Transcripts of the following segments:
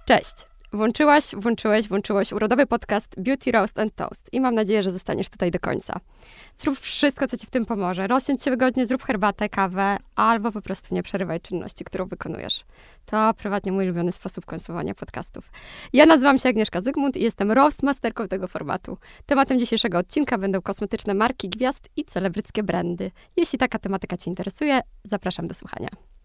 Cześć! Włączyłeś urodowy podcast Beauty Roast and Toast i mam nadzieję, że zostaniesz tutaj do końca. Zrób wszystko, co ci w tym pomoże. Rozsiądź się wygodnie, zrób herbatę, kawę, albo po prostu nie przerywaj czynności, którą wykonujesz. To prywatnie mój ulubiony sposób konsumowania podcastów. Ja nazywam się Agnieszka Zygmunt i jestem roastmasterką tego formatu. Tematem dzisiejszego odcinka będą kosmetyczne marki gwiazd i celebryckie brandy. Jeśli taka tematyka cię interesuje, zapraszam do słuchania.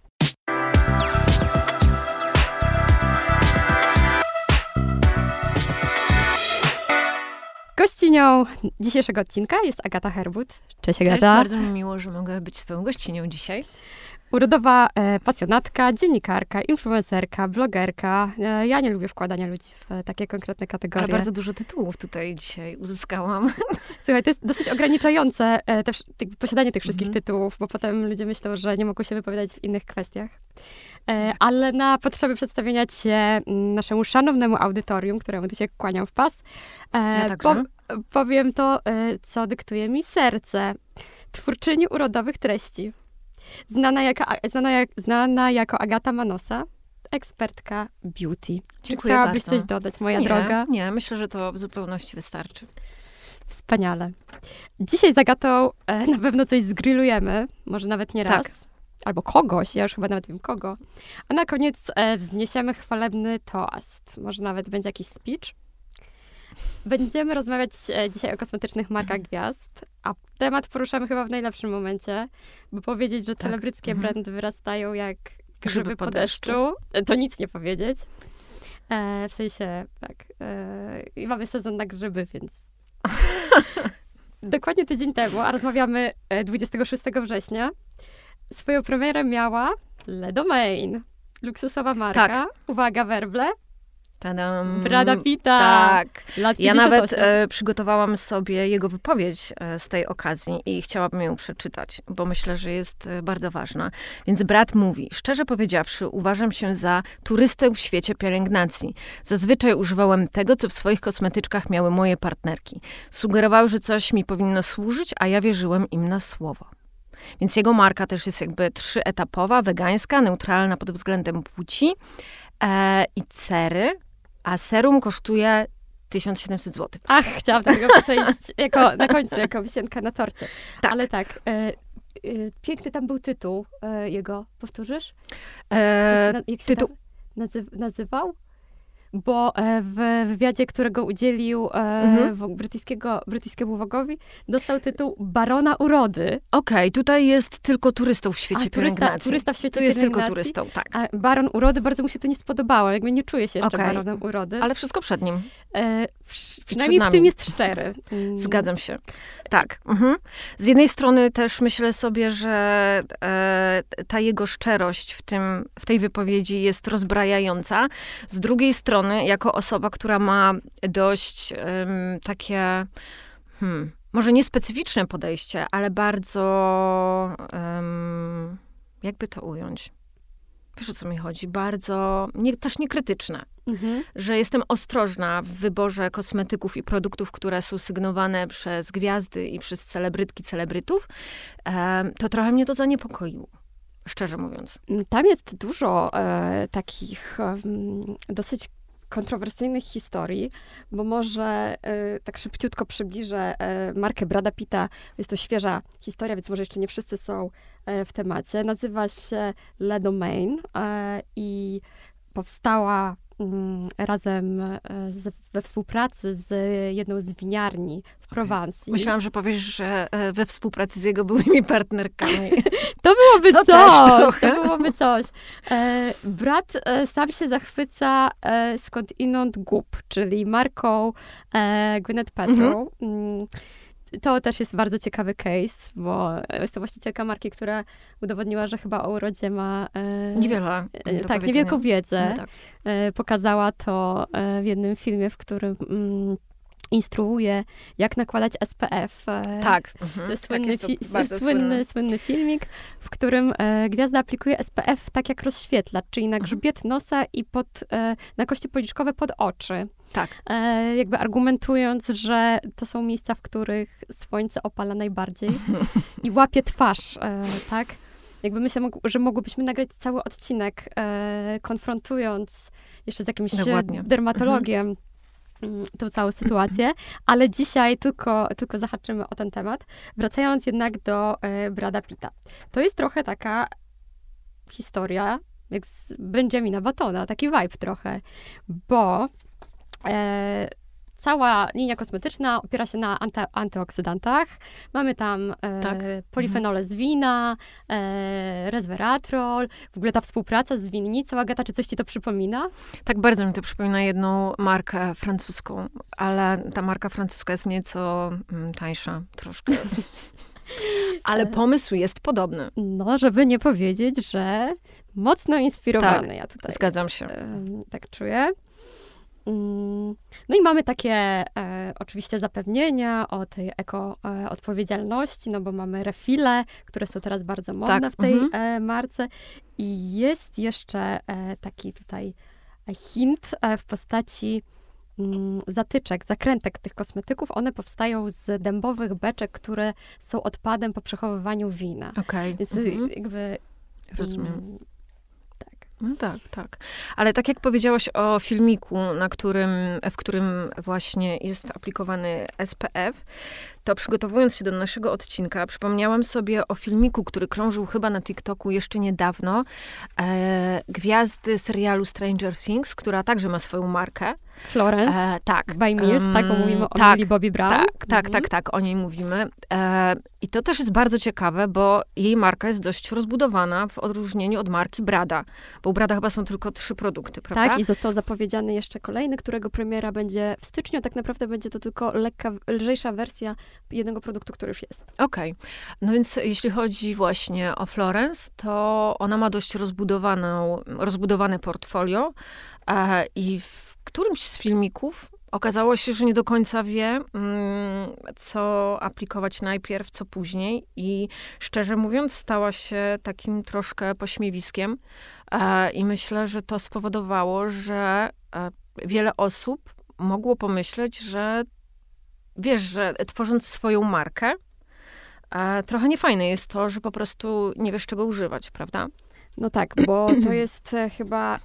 Gościnią dzisiejszego odcinka jest Agata Herbut. Cześć Agata. Cześć, bardzo mi miło, że mogę być twoją gościnią dzisiaj. Urodowa pasjonatka, dziennikarka, influencerka, blogerka. Ja nie lubię wkładania ludzi w takie konkretne kategorie. Ale bardzo dużo tytułów tutaj dzisiaj uzyskałam. Słuchaj, to jest dosyć ograniczające posiadanie tych wszystkich tytułów, bo potem ludzie myślą, że nie mogą się wypowiadać w innych kwestiach. Ale na potrzeby przedstawienia cię naszemu szanownemu audytorium, któremu tu się kłaniam w pas, Ja także. powiem to, co dyktuje mi serce. Twórczyni urodowych treści. Znana jako Agata Manosa, ekspertka beauty. Czy chciałabyś coś dodać, moja droga? Nie, myślę, że to w zupełności wystarczy. Wspaniale. Dzisiaj z Agatą na pewno coś zgrillujemy, może nawet nie raz. Tak. Albo kogoś, ja już chyba nawet wiem kogo. A na koniec wzniesiemy chwalebny toast. Może nawet będzie jakiś speech. Będziemy rozmawiać dzisiaj o kosmetycznych markach gwiazd, a temat poruszamy chyba w najlepszym momencie, bo powiedzieć, że celebryckie brandy wyrastają jak grzyby po deszczu, to nic nie powiedzieć. W sensie, tak, i mamy sezon na grzyby, więc dokładnie tydzień temu, a rozmawiamy 26 września, swoją premierę miała Le Domaine, luksusowa marka, uwaga, werble, Tadam. Brada Pitta. Tak. Lat 58. Ja nawet przygotowałam sobie jego wypowiedź z tej okazji i chciałabym ją przeczytać, bo myślę, że jest bardzo ważna. Więc Brad mówi: szczerze powiedziawszy, uważam się za turystę w świecie pielęgnacji. Zazwyczaj używałem tego, co w swoich kosmetyczkach miały moje partnerki. Sugerowały, że coś mi powinno służyć, a ja wierzyłem im na słowo. Więc jego marka też jest jakby trzyetapowa, wegańska, neutralna pod względem płci i cery, a serum kosztuje 1700 zł. Ach, chciałam do tego przejść na końcu, jako wisienka na torcie. Tak. Ale tak, piękny tam był tytuł jego. Powtórzysz? Jak się tytuł nazywał? Bo w wywiadzie, którego udzielił brytyjskiemu Vogue'owi, dostał tytuł Barona Urody. Okej, tutaj jest tylko turystą w świecie pielęgnacji. Turysta w świecie tu jest pielęgnacji. tylko turystą, tak. A Baron Urody, bardzo mu się to nie spodobało. Jakby nie czuje się jeszcze Baronem Urody. Ale wszystko przed nim. Przynajmniej w tym jest szczery. Zgadzam się. Tak. Z jednej strony też myślę sobie, że ta jego szczerość w tej wypowiedzi jest rozbrajająca. Z drugiej strony, jako osoba, która ma dość takie, może niespecyficzne podejście, ale bardzo, jakby to ująć? Wiesz, o co mi chodzi? Bardzo, też niekrytyczne. Że jestem ostrożna w wyborze kosmetyków i produktów, które są sygnowane przez gwiazdy i przez celebrytów, to trochę mnie to zaniepokoiło, szczerze mówiąc. Tam jest dużo takich dosyć kontrowersyjnych historii, bo może tak szybciutko przybliżę markę Brada Pitta. Jest to świeża historia, więc może jeszcze nie wszyscy są w temacie. Nazywa się Le Domaine i powstała razem we współpracy z jedną z winiarni w Prowansji. Myślałam, że powiesz, że we współpracy z jego byłymi partnerkami. To byłoby to coś. To byłoby coś. Brat sam się zachwyca skądinąd Goop, czyli marką Gwyneth Paltrow. To też jest bardzo ciekawy case, bo jest to właścicielka marki, która udowodniła, że chyba o urodzie ma niewielką wiedzę. No tak. Pokazała to w jednym filmie, w którym instruuje, jak nakładać SPF. Tak. Słynny filmik, w którym gwiazda aplikuje SPF tak jak rozświetlacz, czyli na grzbiet nosa i na kości policzkowe pod oczy. Tak. Jakby argumentując, że to są miejsca, w których słońce opala najbardziej i łapie twarz, tak? jakby myślę, że mogłybyśmy nagrać cały odcinek, konfrontując jeszcze z jakimś dermatologiem tą całą sytuację, ale dzisiaj tylko zahaczymy o ten temat. Wracając jednak do Brada Pitta. To jest trochę taka historia jak z Benjamina Buttona, taki vibe trochę, bo cała linia kosmetyczna opiera się na antyoksydantach. Mamy tam polifenole z wina, resveratrol, w ogóle ta współpraca z winnicą. Agata, czy coś ci to przypomina? Tak, bardzo mi to przypomina jedną markę francuską, ale ta marka francuska jest nieco tańsza troszkę. Ale pomysł jest podobny. No, żeby nie powiedzieć, że mocno inspirowany. Tak, ja tutaj zgadzam się. Tak czuję. No i mamy takie oczywiście zapewnienia o tej ekoodpowiedzialności, no bo mamy refile, które są teraz bardzo modne w tej marce. I jest jeszcze taki tutaj hint w postaci zatyczek, zakrętek tych kosmetyków. One powstają z dębowych beczek, które są odpadem po przechowywaniu wina. Okej. Więc jakby... Rozumiem. No tak. Ale tak jak powiedziałaś o filmiku, w którym właśnie jest aplikowany SPF, to przygotowując się do naszego odcinka, przypomniałam sobie o filmiku, który krążył chyba na TikToku jeszcze niedawno, gwiazdy serialu Stranger Things, która także ma swoją markę. Florence. Tak. By Mills, tak, bo mówimy o Millie Bobby Brown. Tak, o niej mówimy. I to też jest bardzo ciekawe, bo jej marka jest dość rozbudowana w odróżnieniu od marki Brada. Bo u Brada chyba są tylko 3 produkty, prawda? Tak, i został zapowiedziany jeszcze kolejny, którego premiera będzie w styczniu. Tak naprawdę będzie to tylko lżejsza wersja jednego produktu, który już jest. Okej. No więc jeśli chodzi właśnie o Florence, to ona ma dość rozbudowane portfolio i w którymś z filmików okazało się, że nie do końca wie, co aplikować najpierw, co później. I szczerze mówiąc, stała się takim troszkę pośmiewiskiem. I myślę, że to spowodowało, że wiele osób mogło pomyśleć, że wiesz, że tworząc swoją markę, trochę niefajne jest to, że po prostu nie wiesz, czego używać, prawda? No tak, bo to jest chyba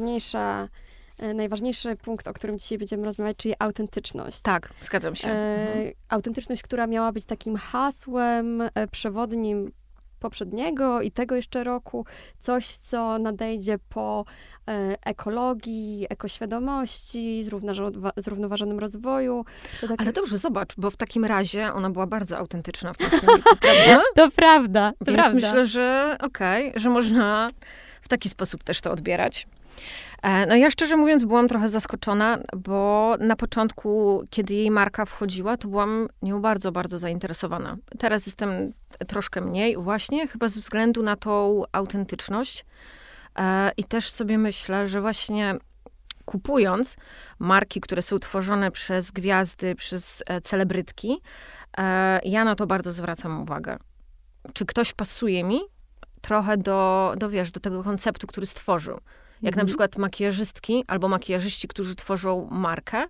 najważniejszy punkt, o którym dzisiaj będziemy rozmawiać, czyli autentyczność. Tak, zgadzam się. Autentyczność, która miała być takim hasłem przewodnim poprzedniego i tego jeszcze roku. Coś, co nadejdzie po ekologii, ekoświadomości, zrównoważonym rozwoju. Ale dobrze, zobacz, bo w takim razie ona była bardzo autentyczna w tym filmiku, prawda? To prawda. Więc myślę, że że można w taki sposób też to odbierać. No ja szczerze mówiąc byłam trochę zaskoczona, bo na początku, kiedy jej marka wchodziła, to byłam nią bardzo, bardzo zainteresowana. Teraz jestem troszkę mniej, właśnie chyba ze względu na tą autentyczność. I też sobie myślę, że właśnie kupując marki, które są tworzone przez gwiazdy, przez celebrytki, ja na to bardzo zwracam uwagę. Czy ktoś pasuje mi trochę do tego konceptu, który stworzył. Jak na przykład makijażystki albo makijażyści, którzy tworzą markę.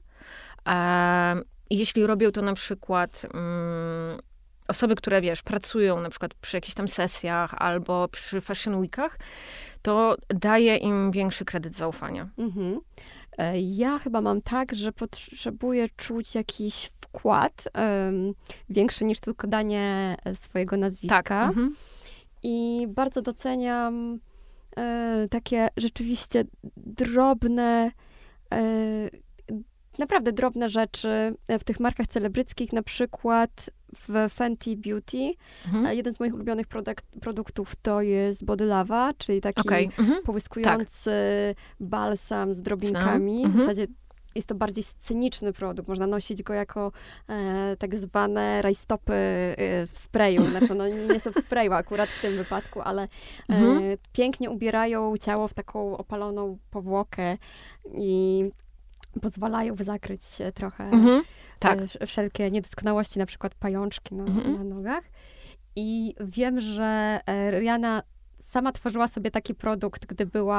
I jeśli robią to na przykład osoby, które, pracują na przykład przy jakichś tam sesjach albo przy Fashion Weekach, to daje im większy kredyt zaufania. Ja chyba mam tak, że potrzebuję czuć jakiś wkład większy niż tylko danie swojego nazwiska. Tak. I bardzo doceniam takie rzeczywiście drobne, naprawdę drobne rzeczy w tych markach celebryckich, na przykład w Fenty Beauty. Jeden z moich ulubionych produktów to jest Body Lava, czyli taki połyskujący balsam z drobinkami. W zasadzie jest to bardziej sceniczny produkt. Można nosić go jako tak zwane rajstopy w sprayu. Znaczy one nie są w sprayu akurat w tym wypadku, ale pięknie ubierają ciało w taką opaloną powłokę i pozwalają zakryć trochę wszelkie niedoskonałości, na przykład pajączki na nogach. I wiem, że Rihanna sama tworzyła sobie taki produkt, gdy była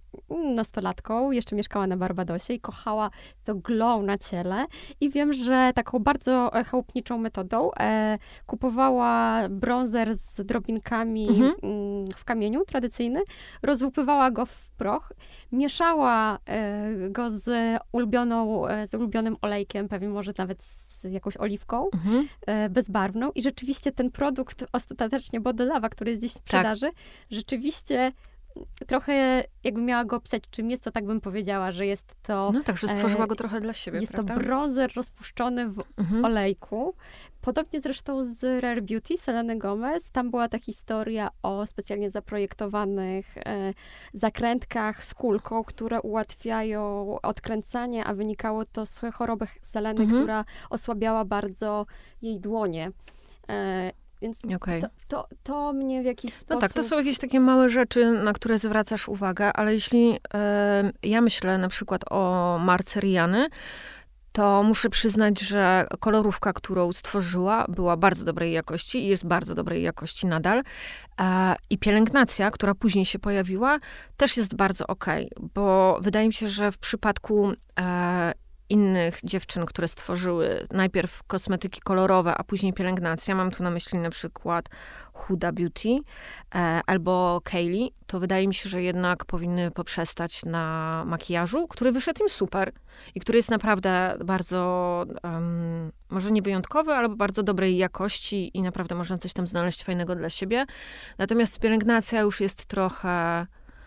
nastolatką, jeszcze mieszkała na Barbadosie i kochała to glow na ciele. I wiem, że taką bardzo chałupniczą metodą kupowała bronzer z drobinkami w kamieniu tradycyjny, rozłupywała go w proch, mieszała go z ulubionym olejkiem, pewnie może nawet z jakąś oliwką bezbarwną i rzeczywiście ten produkt ostatecznie Body Lava, który jest gdzieś w sprzedaży, rzeczywiście trochę jakby miała go opisać, czym jest to, tak bym powiedziała, że jest to... No tak, że stworzyła go trochę dla siebie, jest prawda? to bronzer rozpuszczony w olejku. Podobnie zresztą z Rare Beauty, Seleny Gomez. Tam była ta historia o specjalnie zaprojektowanych zakrętkach z kulką, które ułatwiają odkręcanie, a wynikało to z choroby Seleny, która osłabiała bardzo jej dłonie. Więc to mnie w jakiś sposób... No tak, to są jakieś takie małe rzeczy, na które zwracasz uwagę, ale jeśli ja myślę na przykład o marce Rihanny, to muszę przyznać, że kolorówka, którą stworzyła, była bardzo dobrej jakości i jest bardzo dobrej jakości nadal. I pielęgnacja, która później się pojawiła, też jest bardzo okej, bo wydaje mi się, że w przypadku innych dziewczyn, które stworzyły najpierw kosmetyki kolorowe, a później pielęgnacja, mam tu na myśli na przykład Huda Beauty albo Kylie, to wydaje mi się, że jednak powinny poprzestać na makijażu, który wyszedł im super i który jest naprawdę bardzo, może nie wyjątkowy, ale bardzo dobrej jakości i naprawdę można coś tam znaleźć fajnego dla siebie. Natomiast pielęgnacja już jest trochę...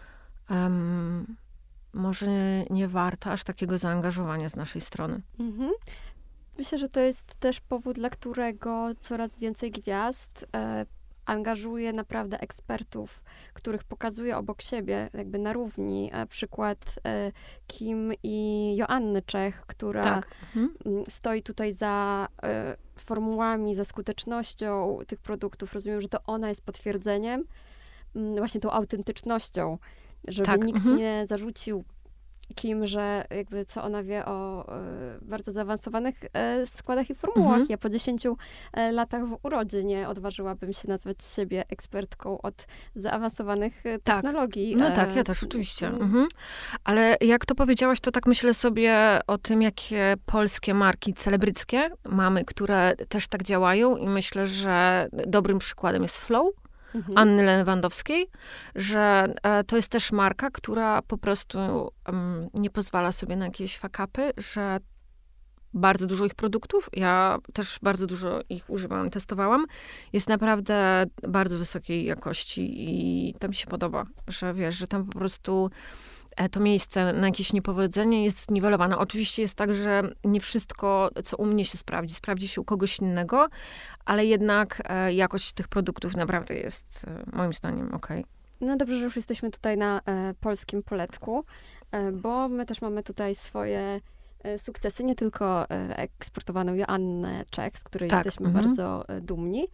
może nie warta aż takiego zaangażowania z naszej strony. Myślę, że to jest też powód, dla którego coraz więcej gwiazd angażuje naprawdę ekspertów, których pokazuje obok siebie, jakby na równi. Przykład Kim i Joanny Czech, która stoi tutaj za formułami, za skutecznością tych produktów. Rozumiem, że to ona jest potwierdzeniem, właśnie tą autentycznością, żeby nikt nie zarzucił Kim, że jakby co ona wie o bardzo zaawansowanych składach i formułach. Ja po 10 latach w urodzie nie odważyłabym się nazwać siebie ekspertką od zaawansowanych technologii. No tak, ja też oczywiście. Ale jak to powiedziałaś, to tak myślę sobie o tym, jakie polskie marki celebryckie mamy, które też tak działają i myślę, że dobrym przykładem jest Flow. Anny Lewandowskiej, że to jest też marka, która po prostu nie pozwala sobie na jakieś fuck-upy, że bardzo dużo ich produktów, ja też bardzo dużo ich używałam, testowałam, jest naprawdę bardzo wysokiej jakości i to mi się podoba, że wiesz, że tam po prostu to miejsce na jakieś niepowodzenie jest zniwelowane. Oczywiście jest tak, że nie wszystko, co u mnie się sprawdzi się u kogoś innego, ale jednak jakość tych produktów naprawdę jest moim zdaniem okej. No dobrze, że już jesteśmy tutaj na polskim poletku, bo my też mamy tutaj swoje sukcesy, nie tylko eksportowaną Joannę Czech, z której jesteśmy bardzo dumni,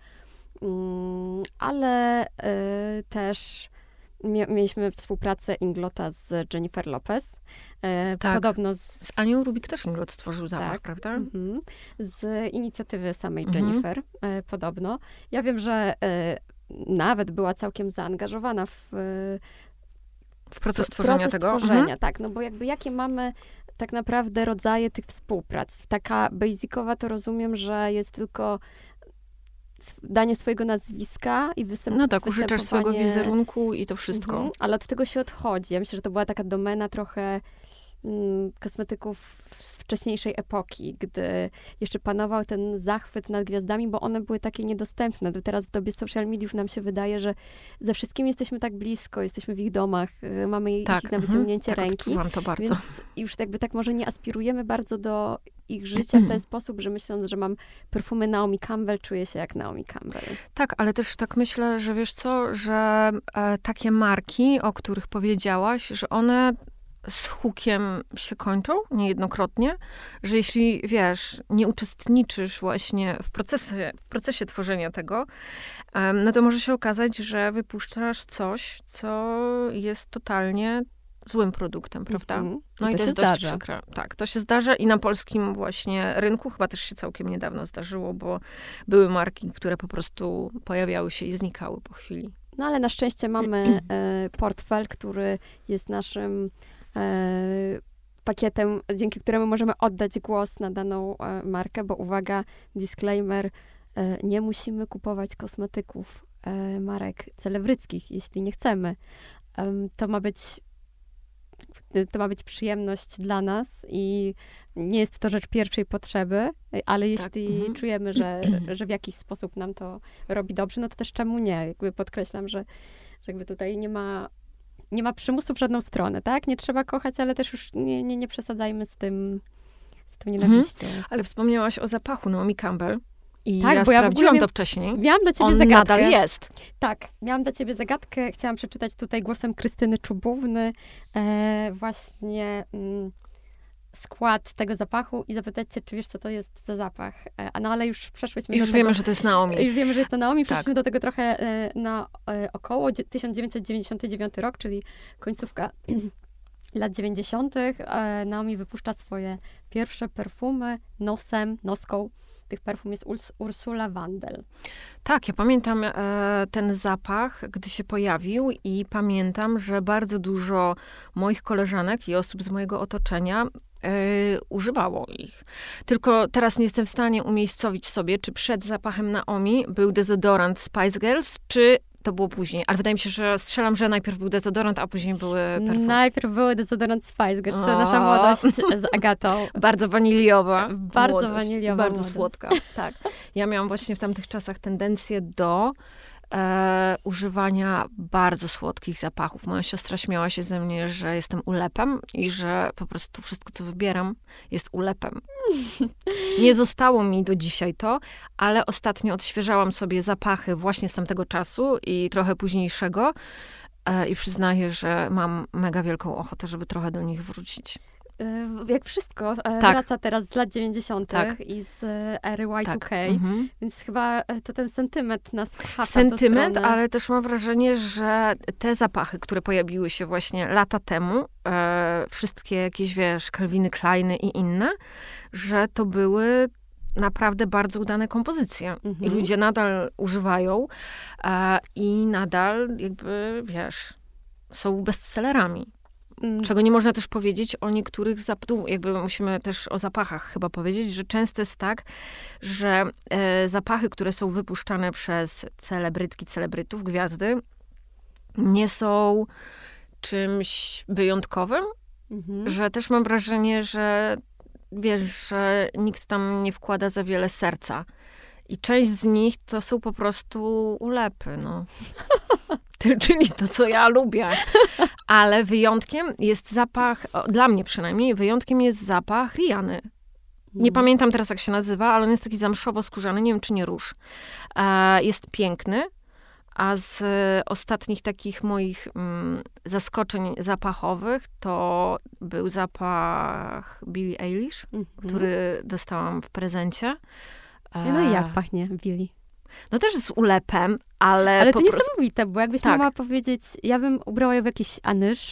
ale też mieliśmy współpracę Inglota z Jennifer Lopez. Podobno z Anią Rubik też Inglot stworzył zapach, prawda? Z inicjatywy samej Jennifer, podobno. Ja wiem, że nawet była całkiem zaangażowana w proces tworzenia tego. Tak, no bo jakby jakie mamy tak naprawdę rodzaje tych współprac. Taka basicowa to rozumiem, że jest tylko danie swojego nazwiska i No tak, użyczasz swojego wizerunku i to wszystko. Ale od tego się odchodzi. Ja myślę, że to była taka domena trochę kosmetyków z wcześniejszej epoki, gdy jeszcze panował ten zachwyt nad gwiazdami, bo one były takie niedostępne. Teraz w dobie social mediów nam się wydaje, że ze wszystkimi jesteśmy tak blisko, jesteśmy w ich domach, mamy ich na wyciągnięcie ręki. Odczuwam to bardzo. Więc już jakby tak może nie aspirujemy bardzo do ich życia w ten sposób, że myśląc, że mam perfumy Naomi Campbell, czuję się jak Naomi Campbell. Tak, ale też tak myślę, że wiesz co, że takie marki, o których powiedziałaś, że one z hukiem się kończą niejednokrotnie, że jeśli, wiesz, nie uczestniczysz właśnie w procesie tworzenia tego, no to może się okazać, że wypuszczasz coś, co jest totalnie złym produktem, prawda? No i to jest dość przykre. Tak, to się zdarza i na polskim właśnie rynku chyba też się całkiem niedawno zdarzyło, bo były marki, które po prostu pojawiały się i znikały po chwili. No ale na szczęście mamy portfel, który jest naszym pakietem, dzięki któremu możemy oddać głos na daną markę, bo uwaga, disclaimer, nie musimy kupować kosmetyków marek celebryckich, jeśli nie chcemy. To ma być przyjemność dla nas i nie jest to rzecz pierwszej potrzeby, ale jeśli czujemy, że w jakiś sposób nam to robi dobrze, no to też czemu nie? Jakby podkreślam, że jakby tutaj nie ma przymusu w żadną stronę, tak? Nie trzeba kochać, ale też już nie przesadzajmy z tym nienawiścią. Ale wspomniałaś o zapachu Naomi Campbell. I tak, ja bo sprawdziłam to wcześniej. Miałam dla ciebie On zagadkę. nadal jest. Tak, miałam dla ciebie zagadkę. Chciałam przeczytać tutaj głosem Krystyny Czubówny właśnie skład tego zapachu i zapytać cię, czy wiesz, co to jest za zapach. No ale już przeszłyśmy już do tego. Wiemy, że to jest Naomi. Już wiemy, że jest to Naomi. Przeszliśmy tak. do tego trochę na około 1999 rok, czyli końcówka lat 90. Naomi wypuszcza swoje pierwsze perfumy noską. Tych perfum jest Ursula Wandel. Tak, ja pamiętam ten zapach, gdy się pojawił i pamiętam, że bardzo dużo moich koleżanek i osób z mojego otoczenia używało ich. Tylko teraz nie jestem w stanie umiejscowić sobie, czy przed zapachem Naomi był dezodorant Spice Girls, czy to było później. Ale wydaje mi się, że strzelam, że najpierw był dezodorant, a później były perfumy. Najpierw były dezodorant Spice Girls. To nasza młodość z Agatą. Bardzo waniliowa. Bardzo młodość. waniliowa Bardzo młodość. słodka, tak. Ja miałam właśnie w tamtych czasach tendencję do używania bardzo słodkich zapachów. Moja siostra śmiała się ze mnie, że jestem ulepem i że po prostu wszystko, co wybieram, jest ulepem. Nie zostało mi do dzisiaj to, ale ostatnio odświeżałam sobie zapachy właśnie z tamtego czasu i trochę późniejszego i przyznaję, że mam mega wielką ochotę, żeby trochę do nich wrócić. Jak wszystko wraca teraz z lat 90. i z ery Y2K, więc chyba to ten sentyment nas pcha w tą stronę. Ale też mam wrażenie, że te zapachy, które pojawiły się właśnie lata temu, wszystkie jakieś, wiesz, Calviny Kleiny i inne, że to były naprawdę bardzo udane kompozycje. I ludzie nadal używają i nadal jakby, wiesz, są bestsellerami. Czego nie można też powiedzieć o niektórych zapachach, jakby musimy też o zapachach chyba powiedzieć, że często jest tak, że zapachy, które są wypuszczane przez celebrytów, gwiazdy, nie są czymś wyjątkowym, że też mam wrażenie, że wiesz, że nikt tam nie wkłada za wiele serca. I część z nich to są po prostu ulepy, no. Czyli to, co ja lubię. Ale wyjątkiem jest zapach, dla mnie przynajmniej, wyjątkiem jest zapach Rihanny. Nie pamiętam teraz, jak się nazywa, ale on jest taki zamszowo-skórzany, nie wiem, czy nie róż. Jest piękny, a z ostatnich takich moich zaskoczeń zapachowych to był zapach Billie Eilish, który dostałam w prezencie. No i jak pachnie Billie? No też z ulepem, ale to po prostu... niesamowite, bo jakbyś miała powiedzieć, ja bym ubrała je w jakiś anyż,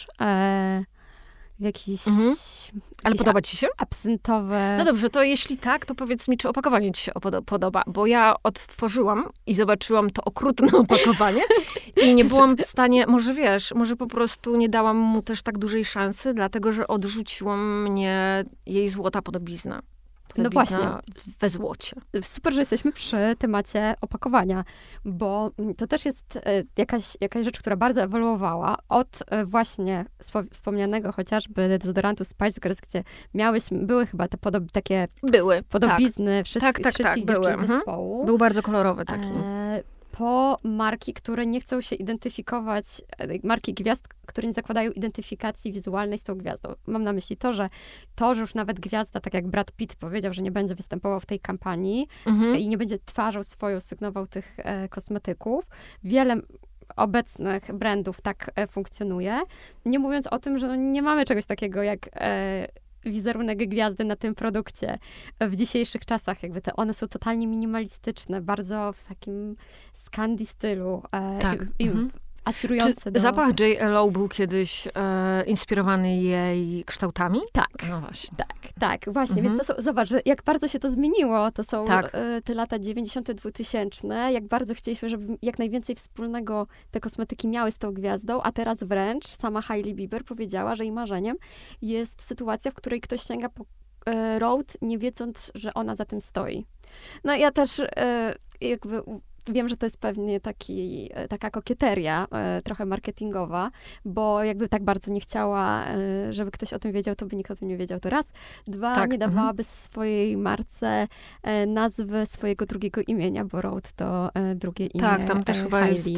w jakiś... Ale podoba ci się? Absyntowe... No dobrze, to jeśli tak, to powiedz mi, czy opakowanie ci się podoba, bo ja otworzyłam i zobaczyłam to okrutne opakowanie i nie byłam w stanie, może wiesz, może po prostu nie dałam mu też tak dużej szansy, dlatego, że odrzuciło mnie jej złota podobizna. No właśnie. We złocie. Super, że jesteśmy przy temacie opakowania, bo to też jest jakaś rzecz, która bardzo ewoluowała od właśnie wspomnianego chociażby dezodorantu Spice Girls, gdzie były chyba te takie podobizny wszystkich dziewczyn zespołu. Był bardzo kolorowy taki. Po marki, które nie chcą się identyfikować, marki gwiazd, które nie zakładają identyfikacji wizualnej z tą gwiazdą. Mam na myśli to, że już nawet gwiazda, tak jak Brad Pitt powiedział, że nie będzie występował w tej kampanii i nie będzie twarzą swoją sygnował tych kosmetyków. Wiele obecnych brandów tak funkcjonuje. Nie mówiąc o tym, że nie mamy czegoś takiego jak wizerunek gwiazdy na tym produkcie w dzisiejszych czasach. Jakby one są totalnie minimalistyczne, bardzo w takim Scandi stylu. aspirujące do... Zapach J.Lo był kiedyś inspirowany jej kształtami? Tak. No właśnie. Tak, właśnie. Więc to są, zobacz, że jak bardzo się to zmieniło. To są Tak. te lata 90., 2000. Jak bardzo chcieliśmy, żeby jak najwięcej wspólnego te kosmetyki miały z tą gwiazdą, a teraz wręcz sama Hailey Bieber powiedziała, że jej marzeniem jest sytuacja, w której ktoś sięga po Rhode, nie wiedząc, że ona za tym stoi. No ja też jakby wiem, że to jest pewnie taka kokieteria trochę marketingowa, bo jakby tak bardzo nie chciała, żeby ktoś o tym wiedział, to by nikt o tym nie wiedział. To raz. Dwa, Tak. nie dawałaby swojej marce nazwy swojego drugiego imienia, bo Rhode to drugie imię Tak, tam też chyba Hailey.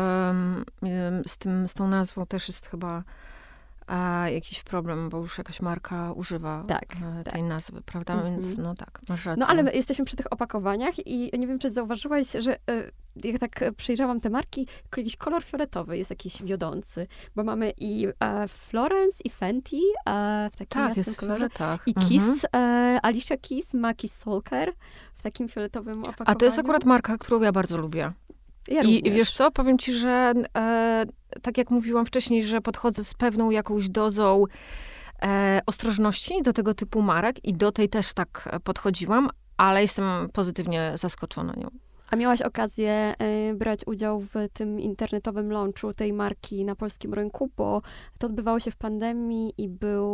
jest z tą nazwą też jest chyba jakiś problem, bo już jakaś marka używa tej nazwy, prawda? Więc no tak, masz rację. No ale my jesteśmy przy tych opakowaniach i nie wiem, czy zauważyłaś, że jak tak przejrzałam te marki, jakiś kolor fioletowy jest jakiś wiodący, bo mamy i Florence i Fenty w takim jasnym kolorze. I Kiss, Alicia Keys ma Kiss Soul Care w takim fioletowym opakowaniu. A to jest akurat marka, którą ja bardzo lubię. Ja I wiesz co, powiem ci, że tak jak mówiłam wcześniej, że podchodzę z pewną jakąś dozą ostrożności do tego typu marek i do tej też tak podchodziłam, ale jestem pozytywnie zaskoczona nią. A miałaś okazję brać udział w tym internetowym launchu tej marki na polskim rynku, bo to odbywało się w pandemii i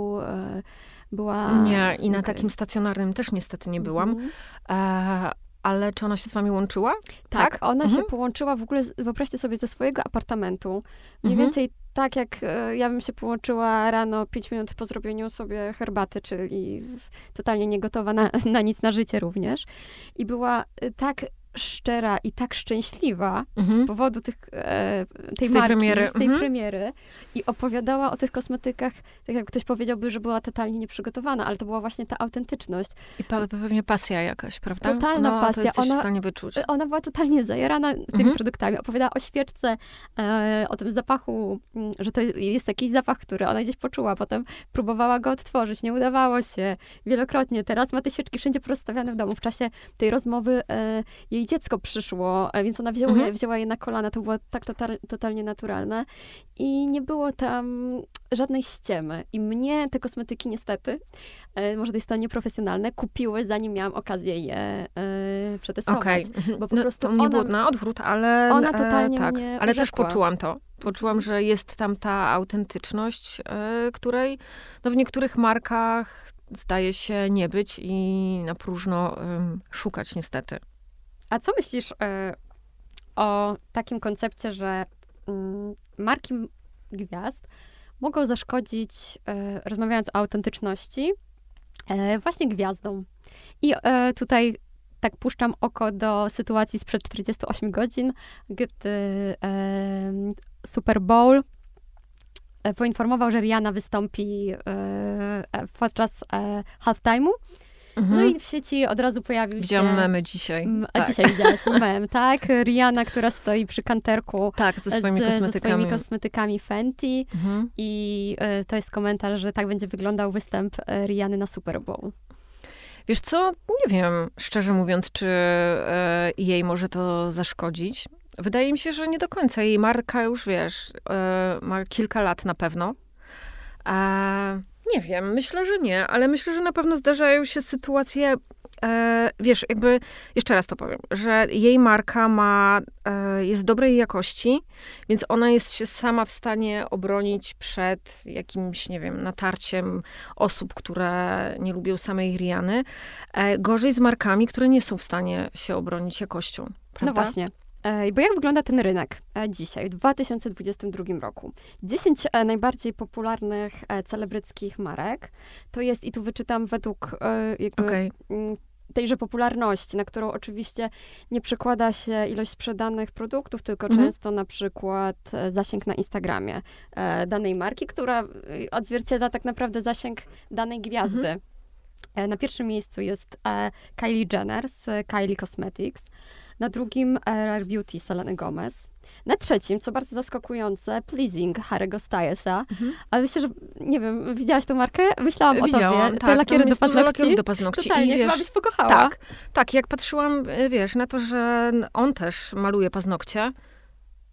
była... Nie, i na takim stacjonarnym też niestety nie byłam. Ale czy ona się z wami łączyła? Tak, ona się połączyła w ogóle, wyobraźcie sobie, ze swojego apartamentu. Mniej więcej tak, jak ja bym się połączyła rano 5 minut po zrobieniu sobie herbaty, czyli totalnie niegotowa na nic, na życie również. I była tak szczera i tak szczęśliwa z powodu tej marki, z tej premiery i opowiadała o tych kosmetykach, tak jak ktoś powiedziałby, że była totalnie nieprzygotowana, ale to była właśnie ta autentyczność. I pewnie pasja jakaś, prawda? Totalna pasja. To jesteś w stanie wyczuć. Ona była totalnie zajarana tymi produktami. Opowiadała o świeczce, o tym zapachu, że to jest jakiś zapach, który ona gdzieś poczuła. Potem próbowała go odtworzyć. Nie udawało się wielokrotnie. Teraz ma te świeczki wszędzie porozstawiane w domu. W czasie tej rozmowy jej dziecko przyszło, więc ona wzięła je na kolana. To było tak totalnie naturalne. I nie było tam żadnej ściemy. I mnie te kosmetyki niestety, może to jest to nieprofesjonalne, kupiły, zanim miałam okazję je przetestować. Bo po prostu to nie było na odwrót, ale... Ona totalnie mnie ale urzekła. też poczułam to. Poczułam, że jest tam ta autentyczność, której w niektórych markach zdaje się nie być i na próżno szukać niestety. A co myślisz o takim koncepcie, że marki gwiazd mogą zaszkodzić, rozmawiając o autentyczności, właśnie gwiazdom? I tutaj tak puszczam oko do sytuacji sprzed 48 godzin, gdy Super Bowl poinformował, że Rihanna wystąpi podczas halftime'u. No i w sieci od razu pojawił Widziałam memy dzisiaj. Dzisiaj widziałaś mem, tak? Rihanna, która stoi przy kanterku ze swoimi kosmetykami Fenty. I to jest komentarz, że tak będzie wyglądał występ Rihanny na Super Bowl. Wiesz co? Nie wiem, szczerze mówiąc, czy jej może to zaszkodzić. Wydaje mi się, że nie do końca. Jej marka już, wiesz, ma kilka lat na pewno. Nie wiem, myślę, że nie, ale myślę, że na pewno zdarzają się sytuacje, wiesz, jakby, jeszcze raz to powiem, że jej marka jest dobrej jakości, więc ona jest się sama w stanie obronić przed jakimś, nie wiem, natarciem osób, które nie lubią samej Rihanny. Gorzej z markami, które nie są w stanie się obronić jakością, prawda? No właśnie. Bo jak wygląda ten rynek dzisiaj, w 2022 roku? 10 najbardziej popularnych celebryckich marek to jest, i tu wyczytam według jakby tejże popularności, na którą oczywiście nie przekłada się ilość sprzedanych produktów, tylko często na przykład zasięg na Instagramie danej marki, która odzwierciedla tak naprawdę zasięg danej gwiazdy. Na pierwszym miejscu jest Kylie Jenner z Kylie Cosmetics. Na drugim Rare Beauty Seleny Gomez. Na trzecim, co bardzo zaskakujące, Pleasing Harry'ego Stylesa. Ale myślę, że, nie wiem, widziałaś tę markę? Myślałam o tobie. Te lakiery do paznokci. Do paznokci. Totalnie, i wiesz, chyba byś pokochała. Tak, jak patrzyłam, wiesz, na to, że on też maluje paznokcie,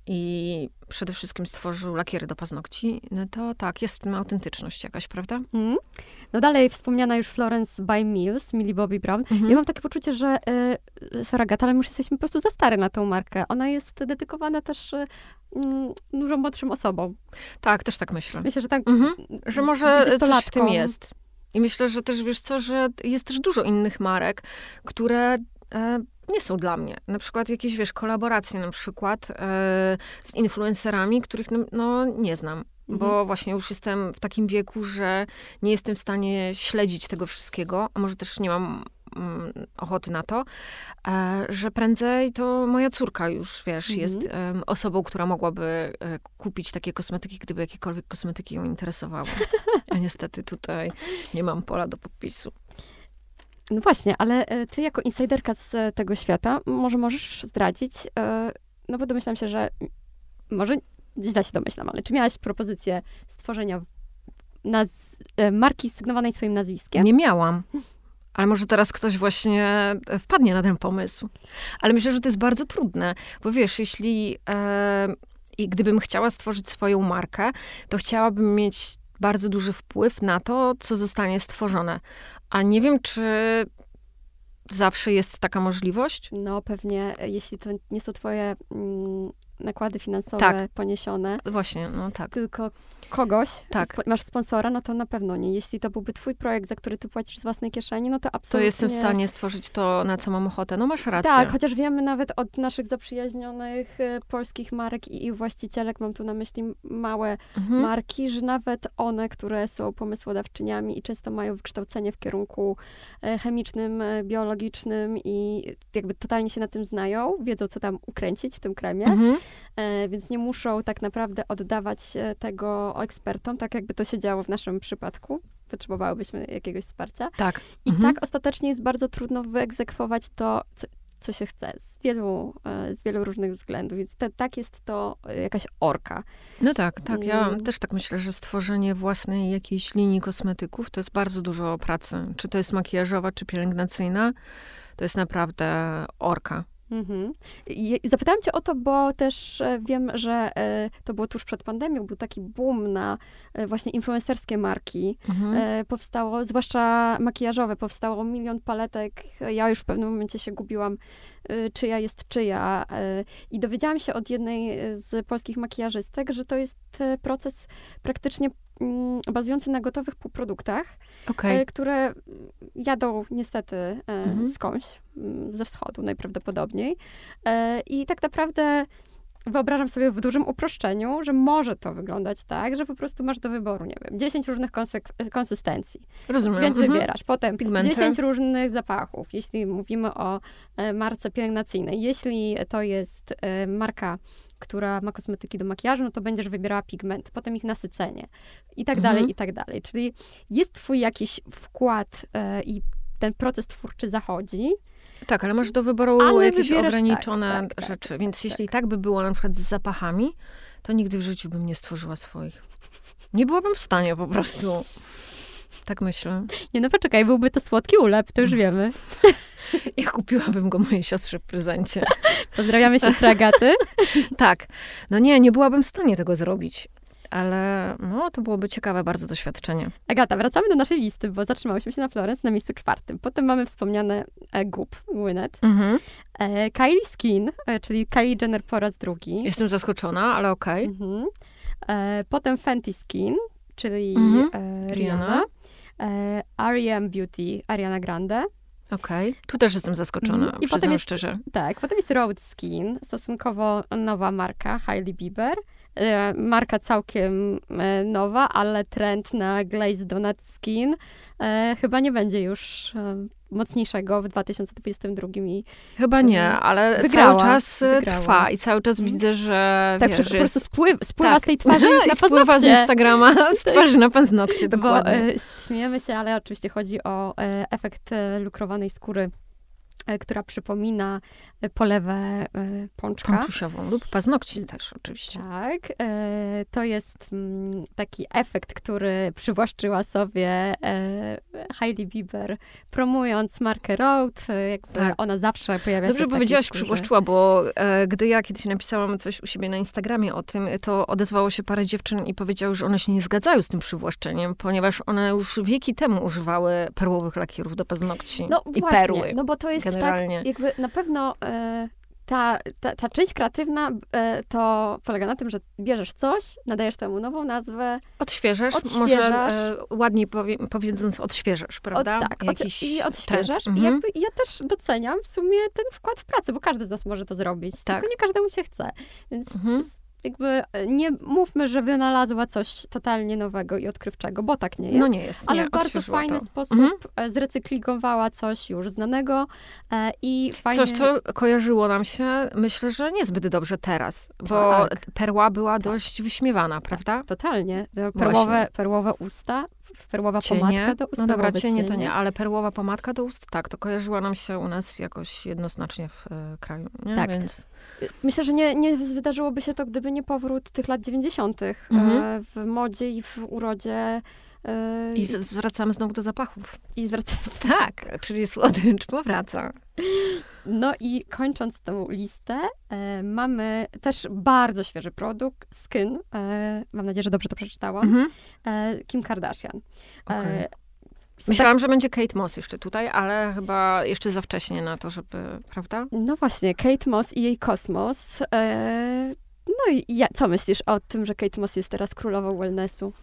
i przede wszystkim stworzył lakiery do paznokci, no to tak, jest w tym autentyczność jakaś, prawda? No dalej wspomniana już Florence by Millie Bobby Brown. Ja mam takie poczucie, że sorry Agata, ale my już jesteśmy po prostu za stare na tą markę. Ona jest dedykowana też dużo młodszym osobom. Tak, też tak myślę. Myślę, że tak że może coś w tym jest. I myślę, że też, wiesz co, że jest też dużo innych marek, które nie są dla mnie. Na przykład jakieś, wiesz, kolaboracje na przykład z influencerami, których no nie znam. Bo właśnie już jestem w takim wieku, że nie jestem w stanie śledzić tego wszystkiego, a może też nie mam ochoty na to, że prędzej to moja córka już, wiesz, jest osobą, która mogłaby kupić takie kosmetyki, gdyby jakiekolwiek kosmetyki ją interesowały. A niestety tutaj nie mam pola do popisu. No właśnie, ale ty jako insiderka z tego świata, może możesz zdradzić, no bo domyślam się, że może źle się domyślam, ale czy miałaś propozycję stworzenia marki sygnowanej swoim nazwiskiem? Nie miałam. Ale może teraz ktoś właśnie wpadnie na ten pomysł. Ale myślę, że to jest bardzo trudne, bo wiesz, jeśli i gdybym chciała stworzyć swoją markę, to chciałabym mieć bardzo duży wpływ na to, co zostanie stworzone. A nie wiem, czy zawsze jest taka możliwość? No pewnie, jeśli to nie są twoje nakłady finansowe poniesione. Właśnie, no tak. Tylko kogoś, masz sponsora, no to na pewno nie. Jeśli to byłby twój projekt, za który ty płacisz z własnej kieszeni, no to absolutnie... To jestem w stanie stworzyć to, na co mam ochotę. No masz rację. Tak, chociaż wiemy nawet od naszych zaprzyjaźnionych polskich marek i ich właścicielek, mam tu na myśli małe marki, że nawet one, które są pomysłodawczyniami i często mają wykształcenie w kierunku chemicznym, biologicznym i jakby totalnie się na tym znają, wiedzą, co tam ukręcić w tym kremie, więc nie muszą tak naprawdę oddawać tego ekspertom, tak jakby to się działo w naszym przypadku. Potrzebowałybyśmy jakiegoś wsparcia. Tak. I tak ostatecznie jest bardzo trudno wyegzekwować to, co się chce, z wielu różnych względów. Więc tak jest to jakaś orka. No tak. Ja też tak myślę, że stworzenie własnej jakiejś linii kosmetyków to jest bardzo dużo pracy. Czy to jest makijażowa, czy pielęgnacyjna, to jest naprawdę orka. I zapytałam cię o to, bo też wiem, że to było tuż przed pandemią, był taki boom na właśnie influencerskie marki. Powstało, zwłaszcza makijażowe, powstało 1 milion paletek. Ja już w pewnym momencie się gubiłam, czyja jest czyja. I dowiedziałam się od jednej z polskich makijażystek, że to jest proces praktycznie bazujący na gotowych półproduktach, które jadą niestety skądś, ze wschodu najprawdopodobniej. I tak naprawdę wyobrażam sobie w dużym uproszczeniu, że może to wyglądać tak, że po prostu masz do wyboru, nie wiem, 10 różnych konsystencji. Rozumiem. Więc wybierasz. Potem pigmenty. 10 różnych zapachów, jeśli mówimy o marce pielęgnacyjnej. Jeśli to jest marka, która ma kosmetyki do makijażu, no to będziesz wybierała pigment, potem ich nasycenie i tak dalej, i tak dalej. Czyli jest twój jakiś wkład i ten proces twórczy zachodzi. Tak, ale masz do wyboru jakieś ograniczone tak, rzeczy. Więc jeśli tak by było na przykład z zapachami, to nigdy w życiu bym nie stworzyła swoich. Nie byłabym w stanie po prostu. Tak myślę. Nie, no poczekaj, byłby to słodki ulep, to już wiemy. Ja kupiłabym go mojej siostrze w prezencie. Pozdrawiamy siostrę Agaty. Tak. No nie byłabym w stanie tego zrobić. Ale no, to byłoby ciekawe bardzo doświadczenie. Agata, wracamy do naszej listy, bo zatrzymałyśmy się na Florence na miejscu 4. Potem mamy wspomniane Goop, Gwyneth. Kylie Skin, czyli Kylie Jenner po raz drugi. Jestem zaskoczona, ale okej. Potem Fenty Skin, czyli Rihanna. R.E.M. Beauty, Ariana Grande. Tu też jestem zaskoczona, I przyznam szczerze. Tak, potem jest Rhode Skin, stosunkowo nowa marka, Hailey Bieber. Marka całkiem nowa, ale trend na Glazed Donut Skin chyba nie będzie już mocniejszego w 2022. Chyba nie, ale cały czas trwa i cały czas widzę, że tak, wiesz, po prostu spływa z tej twarzy już na paznokcie. Spływa z Instagrama, z twarzy na paznokcie, dokładnie. Bo śmiejemy się, ale oczywiście chodzi o efekt lukrowanej skóry która przypomina polewę pączka. Pączusiową lub paznokci też oczywiście. Tak. To jest taki efekt, który przywłaszczyła sobie Hailey Bieber, promując markę Rhode. Jakby ona zawsze pojawia się w Dobrze takiej powiedziałaś, skórze. przywłaszczyła, bo gdy ja kiedyś napisałam coś u siebie na Instagramie o tym, to odezwało się parę dziewczyn i powiedziały, że one się nie zgadzają z tym przywłaszczeniem, ponieważ one już wieki temu używały perłowych lakierów do paznokci i właśnie, perły. No bo to jest generalnie. tak, jakby na pewno ta część kreatywna to polega na tym, że bierzesz coś, nadajesz temu nową nazwę. Odświeżasz. Może ładniej powiedząc odświeżasz, prawda? I odświeżasz. Trend. I jakby ja też doceniam w sumie ten wkład w pracę, bo każdy z nas może to zrobić. Tak. Tylko nie każdemu się chce. Więc to jest jakby nie mówmy, że wynalazła coś totalnie nowego i odkrywczego, bo tak nie jest. No nie jest, ale w bardzo fajny sposób zrecyklingowała coś już znanego i fajnie... Coś, co kojarzyło nam się, myślę, że niezbyt dobrze teraz, bo perła była dość wyśmiewana, prawda? Tak, totalnie. Perłowe usta, perłowa pomadka do ust. No dobra, cienie to nie, ale perłowa pomadka do ust, tak, to kojarzyła nam się u nas jakoś jednoznacznie w kraju, nie? Tak. Więc... Myślę, że nie wydarzyłoby się to, gdyby nie powrót tych lat 90. W modzie i w urodzie. I wracamy znowu do zapachów. Tak, czyli słodycz powraca. No i kończąc tą listę, mamy też bardzo świeży produkt, Skin. Mam nadzieję, że dobrze to przeczytałam. Kim Kardashian. Okay. Myślałam, że będzie Kate Moss jeszcze tutaj, ale chyba jeszcze za wcześnie na to, żeby, prawda? No właśnie, Kate Moss i jej kosmos. No i co myślisz o tym, że Kate Moss jest teraz królową wellnessu?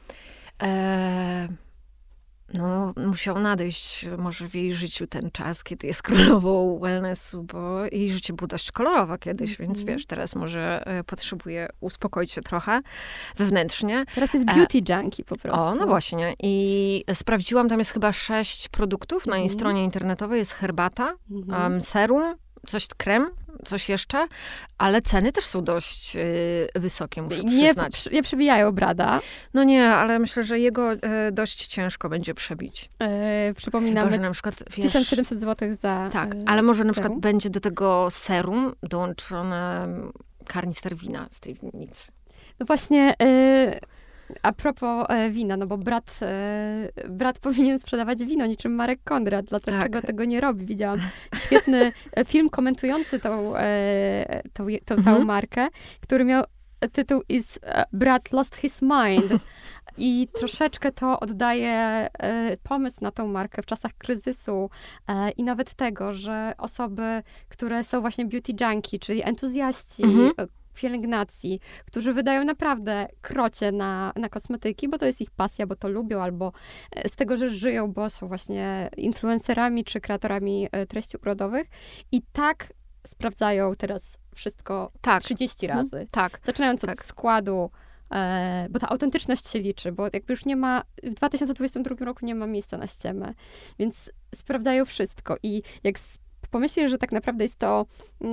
No, musiał nadejść może w jej życiu ten czas, kiedy jest królową wellnessu, bo jej życie było dość kolorowe kiedyś, więc wiesz, teraz może potrzebuje uspokoić się trochę wewnętrznie. Teraz jest beauty junkie po prostu. O, no właśnie. I sprawdziłam, tam jest chyba 6 produktów na jej stronie internetowej. Jest herbata, serum, krem, coś jeszcze, ale ceny też są dość wysokie, muszę przyznać. Nie przebijają brada. No nie, ale myślę, że jego dość ciężko będzie przebić. Przypominamy, że na przykład, wiesz, 1700 zł za tak, ale może na przykład będzie do tego serum dołączone karnister wina z tej winnicy. No właśnie... A propos wina, no bo brat powinien sprzedawać wino niczym Marek Konrad, dlaczego tego nie robi. Widziałam świetny film komentujący tą całą markę, który miał tytuł Brat Lost His Mind. I troszeczkę to oddaje pomysł na tą markę w czasach kryzysu i nawet tego, że osoby, które są właśnie beauty junkie, czyli entuzjaści, pielęgnacji, którzy wydają naprawdę krocie na kosmetyki, bo to jest ich pasja, bo to lubią, albo z tego, że żyją, bo są właśnie influencerami czy kreatorami treści urodowych. I tak sprawdzają teraz wszystko 30 razy. Zaczynając od składu, bo ta autentyczność się liczy, bo jakby już nie ma, w 2022 roku nie ma miejsca na ściemę, więc sprawdzają wszystko. I jak pomyślisz, że tak naprawdę jest to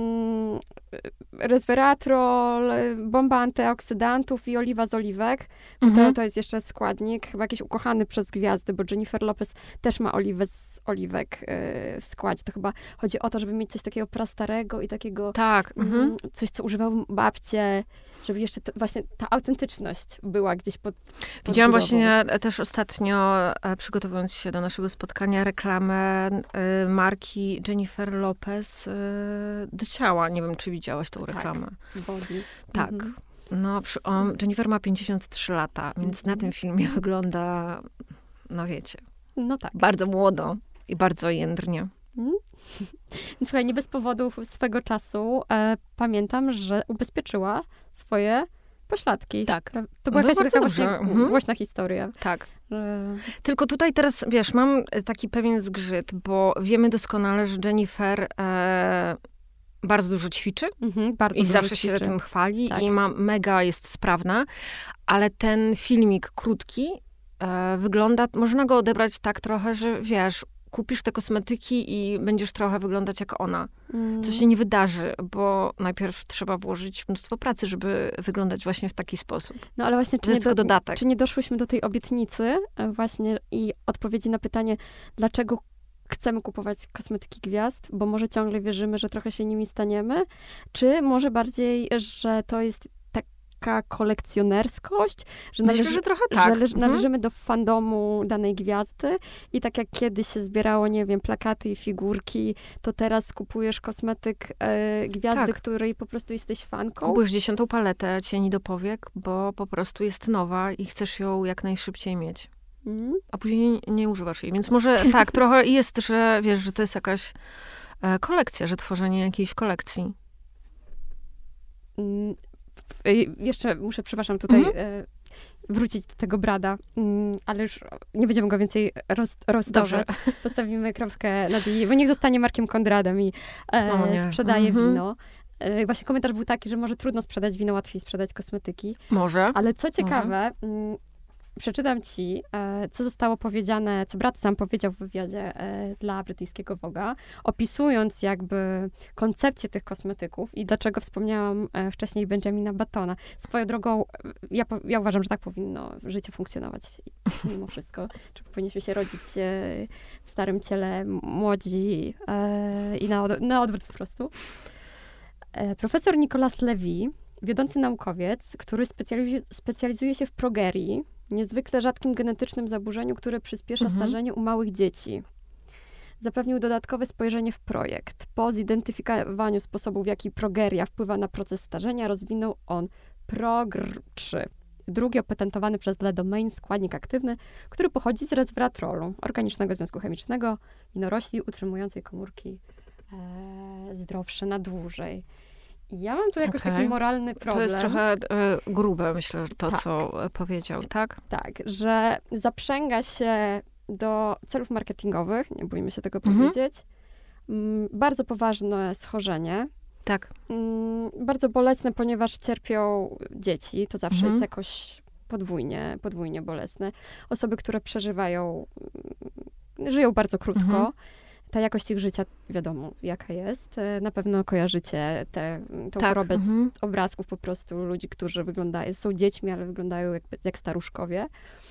resveratrol, bomba antyoksydantów i oliwa z oliwek. To jest jeszcze składnik, chyba jakiś ukochany przez gwiazdy, bo Jennifer Lopez też ma oliwę z oliwek w składzie. To chyba chodzi o to, żeby mieć coś takiego prastarego i takiego coś, co używały babcie, żeby jeszcze właśnie ta autentyczność była gdzieś pod Widziałam budową. właśnie też ostatnio, przygotowując się do naszego spotkania, reklamę marki Jennifer Lopez do ciała. Nie wiem, czy widziałaś tą reklamę. Body. Tak. No, Jennifer ma 53 lata, więc na tym filmie wygląda, no wiecie, bardzo młodo i bardzo jędrnie. Słuchaj, nie bez powodu swego czasu pamiętam, że ubezpieczyła swoje pośladki. Tak. To była jakaś taka właśnie głośna historia. Tak. Tylko tutaj teraz, wiesz, mam taki pewien zgrzyt, bo wiemy doskonale, że Jennifer bardzo dużo ćwiczy bardzo i dużo zawsze ćwiczy. się tym chwali i jest sprawna, ale ten filmik krótki wygląda, można go odebrać tak trochę, że wiesz, kupisz te kosmetyki i będziesz trochę wyglądać jak ona. Co się nie wydarzy, bo najpierw trzeba włożyć mnóstwo pracy, żeby wyglądać właśnie w taki sposób. No ale właśnie, to jest tylko dodatek. Czy nie doszłyśmy do tej obietnicy właśnie i odpowiedzi na pytanie, dlaczego chcemy kupować kosmetyki gwiazd, bo może ciągle wierzymy, że trochę się nimi staniemy, czy może bardziej, że to jest taka kolekcjonerskość, że, Myślę, że trochę tak. Należymy do fandomu danej gwiazdy i tak jak kiedyś się zbierało, nie wiem, plakaty i figurki, to teraz kupujesz kosmetyk gwiazdy, której po prostu jesteś fanką. Kupujesz 10. paletę cieni do powiek, bo po prostu jest nowa i chcesz ją jak najszybciej mieć. A później nie używasz jej. Więc może tak, trochę jest, że wiesz, że to jest jakaś kolekcja, że tworzenie jakiejś kolekcji. Jeszcze muszę, przepraszam, tutaj wrócić do tego Brada, ale już nie będziemy go więcej rozdawać. Postawimy kropkę nad i, bo niech zostanie Markiem Konradem i sprzedaje wino. Właśnie komentarz był taki, że może trudno sprzedać wino, łatwiej sprzedać kosmetyki. Może. Ale co ciekawe, przeczytam ci, co zostało powiedziane, co brat sam powiedział w wywiadzie dla brytyjskiego Vogue'a, opisując jakby koncepcję tych kosmetyków i dlaczego wspomniałam wcześniej Benjamina Buttona. Swoją drogą, ja uważam, że tak powinno życie funkcjonować mimo wszystko. Czy powinniśmy się rodzić w starym ciele, młodzi i na odwrót po prostu. Profesor Nicolas Levy, wiodący naukowiec, który specjalizuje się w progerii, niezwykle rzadkim genetycznym zaburzeniu, które przyspiesza starzenie u małych dzieci. Zapewnił dodatkowe spojrzenie w projekt. Po zidentyfikowaniu sposobów, w jaki progeria wpływa na proces starzenia, rozwinął on PROGR3. Drugi opatentowany przez Le Domain składnik aktywny, który pochodzi z resveratrolu, organicznego związku chemicznego winorośli utrzymującej komórki zdrowsze na dłużej. I ja mam tu jakoś taki moralny problem. To jest trochę grube, myślę, że to, co powiedział, tak? Tak, że zaprzęga się do celów marketingowych, nie bójmy się tego powiedzieć. Bardzo poważne schorzenie. Tak. Bardzo bolesne, ponieważ cierpią dzieci. To zawsze jest jakoś podwójnie bolesne. Osoby, które żyją bardzo krótko. Ta jakość ich życia, wiadomo, jaka jest. Na pewno kojarzycie tę chorobę z obrazków po prostu ludzi, którzy są dziećmi, ale wyglądają jak staruszkowie.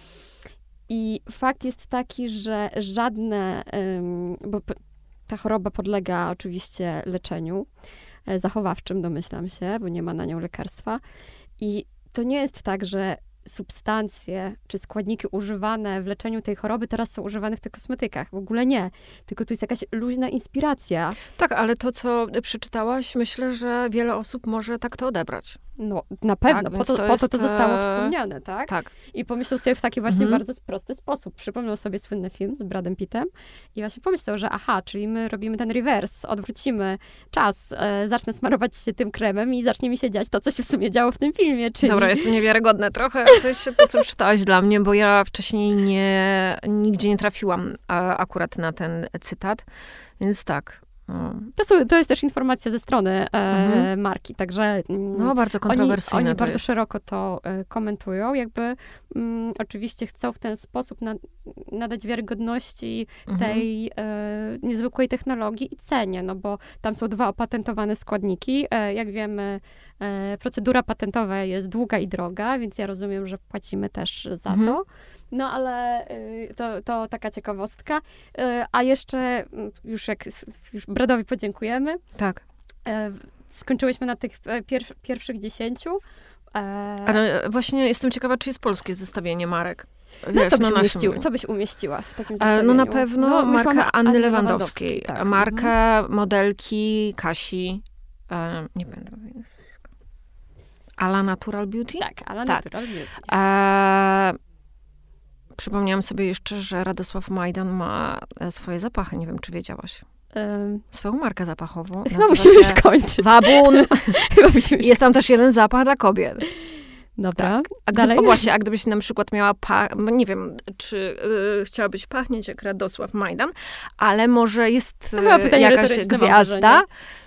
I fakt jest taki, że żadne, bo ta choroba podlega oczywiście leczeniu zachowawczym, domyślam się, bo nie ma na nią lekarstwa. I to nie jest tak, że substancje czy składniki używane w leczeniu tej choroby teraz są używane w tych kosmetykach. W ogóle nie. Tylko tu jest jakaś luźna inspiracja. Tak, ale to, co przeczytałaś, myślę, że wiele osób może tak to odebrać. No, na pewno. Tak, po to zostało wspomniane, tak? Tak. I pomyślał sobie w taki właśnie bardzo prosty sposób. Przypomniał sobie słynny film z Bradem Pittem i właśnie pomyślał, że czyli my robimy ten reverse, odwrócimy czas, zacznę smarować się tym kremem i zacznie mi się dziać to, co się w sumie działo w tym filmie. Czyli... Dobra, jest to niewiarygodne trochę, to, co czytałaś dla mnie, bo ja wcześniej nigdzie nie trafiłam akurat na ten cytat, więc tak. To jest też informacja ze strony marki, także bardzo kontrowersyjne oni bardzo szeroko to komentują, jakby oczywiście chcą w ten sposób nadać wiarygodności tej niezwykłej technologii i cenie, no bo tam są 2 opatentowane składniki. Jak wiemy, procedura patentowa jest długa i droga, więc ja rozumiem, że płacimy też za to. No ale to taka ciekawostka. A jeszcze, już Bradowi podziękujemy. Tak. Skończyłyśmy na tych pierwszych 10. Ale właśnie jestem ciekawa, czy jest polskie zestawienie marek. Wiesz, co byś umieściła w takim zestawieniu? No na pewno marka Anny Lewandowskiej. Tak. Markę modelki Kasi, nie pamiętam. Ala Natural Beauty? Tak, Ala Natural Beauty. Przypomniałam sobie jeszcze, że Radosław Majdan ma swoje zapachy. Nie wiem, czy wiedziałaś. Swoją markę zapachową. Chyba musimy już kończyć. Wabun. Jest tam też jeden zapach dla kobiet. Dobra. Tak. A gdybyś na przykład miała, nie wiem, czy chciałabyś pachnieć jak Radosław Majdan, ale może jest jakaś gwiazda,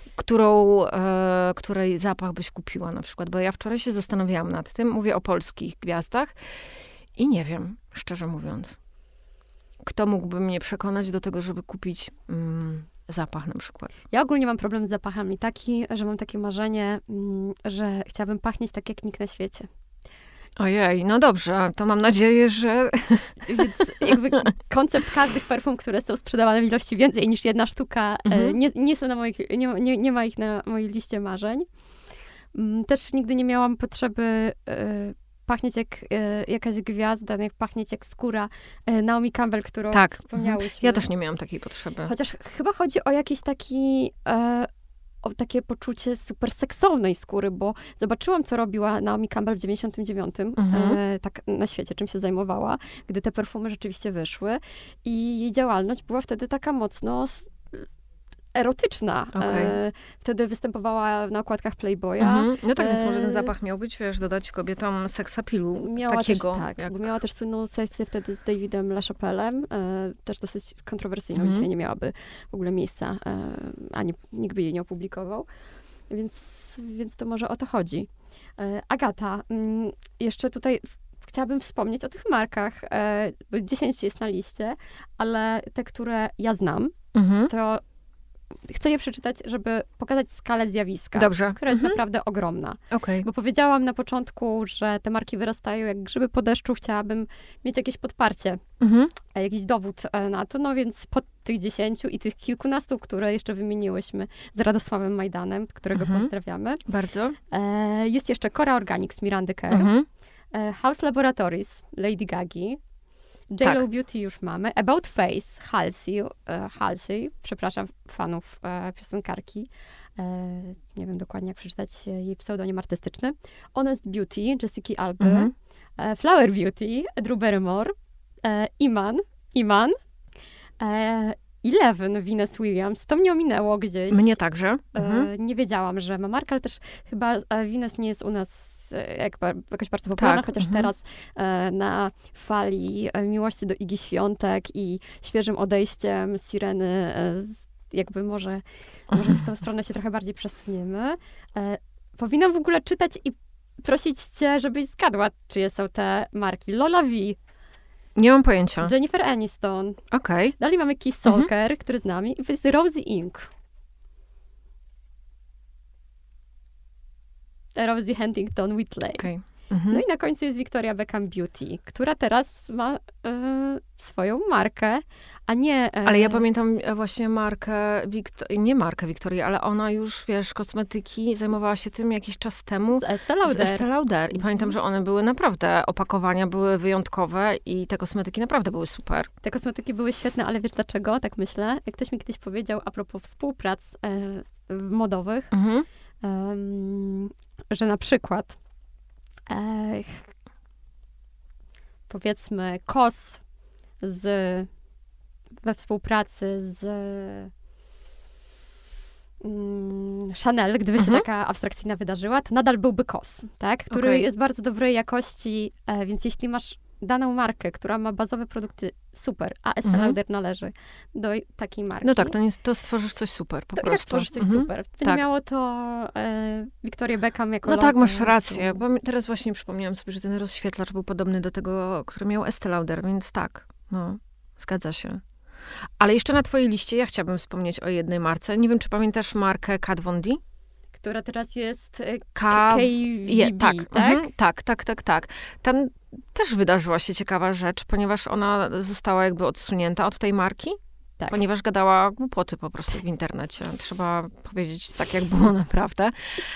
której zapach byś kupiła na przykład. Bo ja wczoraj się zastanawiałam nad tym. Mówię o polskich gwiazdach. I nie wiem, szczerze mówiąc, kto mógłby mnie przekonać do tego, żeby kupić zapach na przykład. Ja ogólnie mam problem z zapachami taki, że mam takie marzenie, że chciałabym pachnieć tak jak nikt na świecie. Ojej, no dobrze, to mam nadzieję, że... Więc jakby koncept każdych perfum, które są sprzedawane w ilości więcej niż jedna sztuka, nie są na moich, nie ma ich na mojej liście marzeń. Też nigdy nie miałam potrzeby pachnieć jak jakaś gwiazda, jak pachnieć jak skóra Naomi Campbell, którą wspomniałyśmy. Ja też nie miałam takiej potrzeby. Chociaż chyba chodzi o jakiś taki... o takie poczucie super seksownej skóry, bo zobaczyłam, co robiła Naomi Campbell w 99, tak na świecie, czym się zajmowała, gdy te perfumy rzeczywiście wyszły. I jej działalność była wtedy taka mocno erotyczna. Okay. Wtedy występowała na okładkach Playboya. No tak, więc może ten zapach miał być, wiesz, dodać kobietom seksapilu takiego. Bo miała też słynną sesję wtedy z Davidem LaChapellem, też dosyć kontrowersyjną. Dzisiaj nie miałaby w ogóle miejsca, ani nikt by jej nie opublikował. Więc to może o to chodzi. Agata, jeszcze tutaj chciałabym wspomnieć o tych markach, bo 10 jest na liście, ale te, które ja znam, to chcę je przeczytać, żeby pokazać skalę zjawiska, która jest naprawdę ogromna. Okay. Bo powiedziałam na początku, że te marki wyrastają jak grzyby po deszczu. Chciałabym mieć jakieś podparcie, jakiś dowód na to. No więc po tych 10 i tych kilkunastu, które jeszcze wymieniłyśmy z Radosławem Majdanem, którego pozdrawiamy. Bardzo. Jest jeszcze Cora Organics Mirandy Kerr, House Laboratories Lady Gagi, JLo Beauty już mamy. About Face, Halsey, przepraszam fanów piosenkarki. Nie wiem dokładnie, jak przeczytać jej pseudonim artystyczny. Honest Beauty, Jessica Alba. Flower Beauty, Drew Barrymore. Iman. Eleven, Venus Williams. To mnie ominęło gdzieś. Mnie także. Nie wiedziałam, że ma markę, ale też chyba Venus nie jest u nas jakoś bardzo popularna, chociaż teraz na fali miłości do Igi Świątek i świeżym odejściem Sireny jakby może w tą stronę się trochę bardziej przesuniemy. Powinnam w ogóle czytać i prosić cię, żebyś zgadła, czyje są te marki. Lola V. Nie mam pojęcia. Jennifer Aniston. Okej. Dalej mamy Keith Solker, który z nami. I to jest Rosie Inc. Rosie Huntington Whitley. Okay. No i na końcu jest Victoria Beckham Beauty, która teraz ma swoją markę, a nie... Ale ja pamiętam właśnie nie markę Victorii, ale ona już, wiesz, kosmetyki zajmowała się tym jakiś czas temu. Z Estée Lauder. I pamiętam, że one były naprawdę, opakowania były wyjątkowe i te kosmetyki naprawdę były super. Te kosmetyki były świetne, ale wiesz dlaczego? Tak myślę. Jak ktoś mi kiedyś powiedział a propos współprac modowych, że na przykład powiedzmy COS we współpracy z Chanel, gdyby się taka abstrakcyjna wydarzyła, to nadal byłby COS, tak? Który jest bardzo dobrej jakości, więc jeśli masz daną markę, która ma bazowe produkty super, a Estée Lauder należy do takiej marki. No tak, to stworzysz coś super po prostu. Tak, stworzysz coś super. Nie miało to Victoria Beckham jako logo. Tak, masz rację. Bo teraz właśnie przypomniałam sobie, że ten rozświetlacz był podobny do tego, który miał Estée Lauder, więc tak, zgadza się. Ale jeszcze na twojej liście ja chciałabym wspomnieć o jednej marce. Nie wiem, czy pamiętasz markę Kat Von D? Która teraz jest KVB, tak. Tam też wydarzyła się ciekawa rzecz, ponieważ ona została jakby odsunięta od tej marki, ponieważ gadała głupoty po prostu w internecie. Trzeba powiedzieć tak, jak było naprawdę.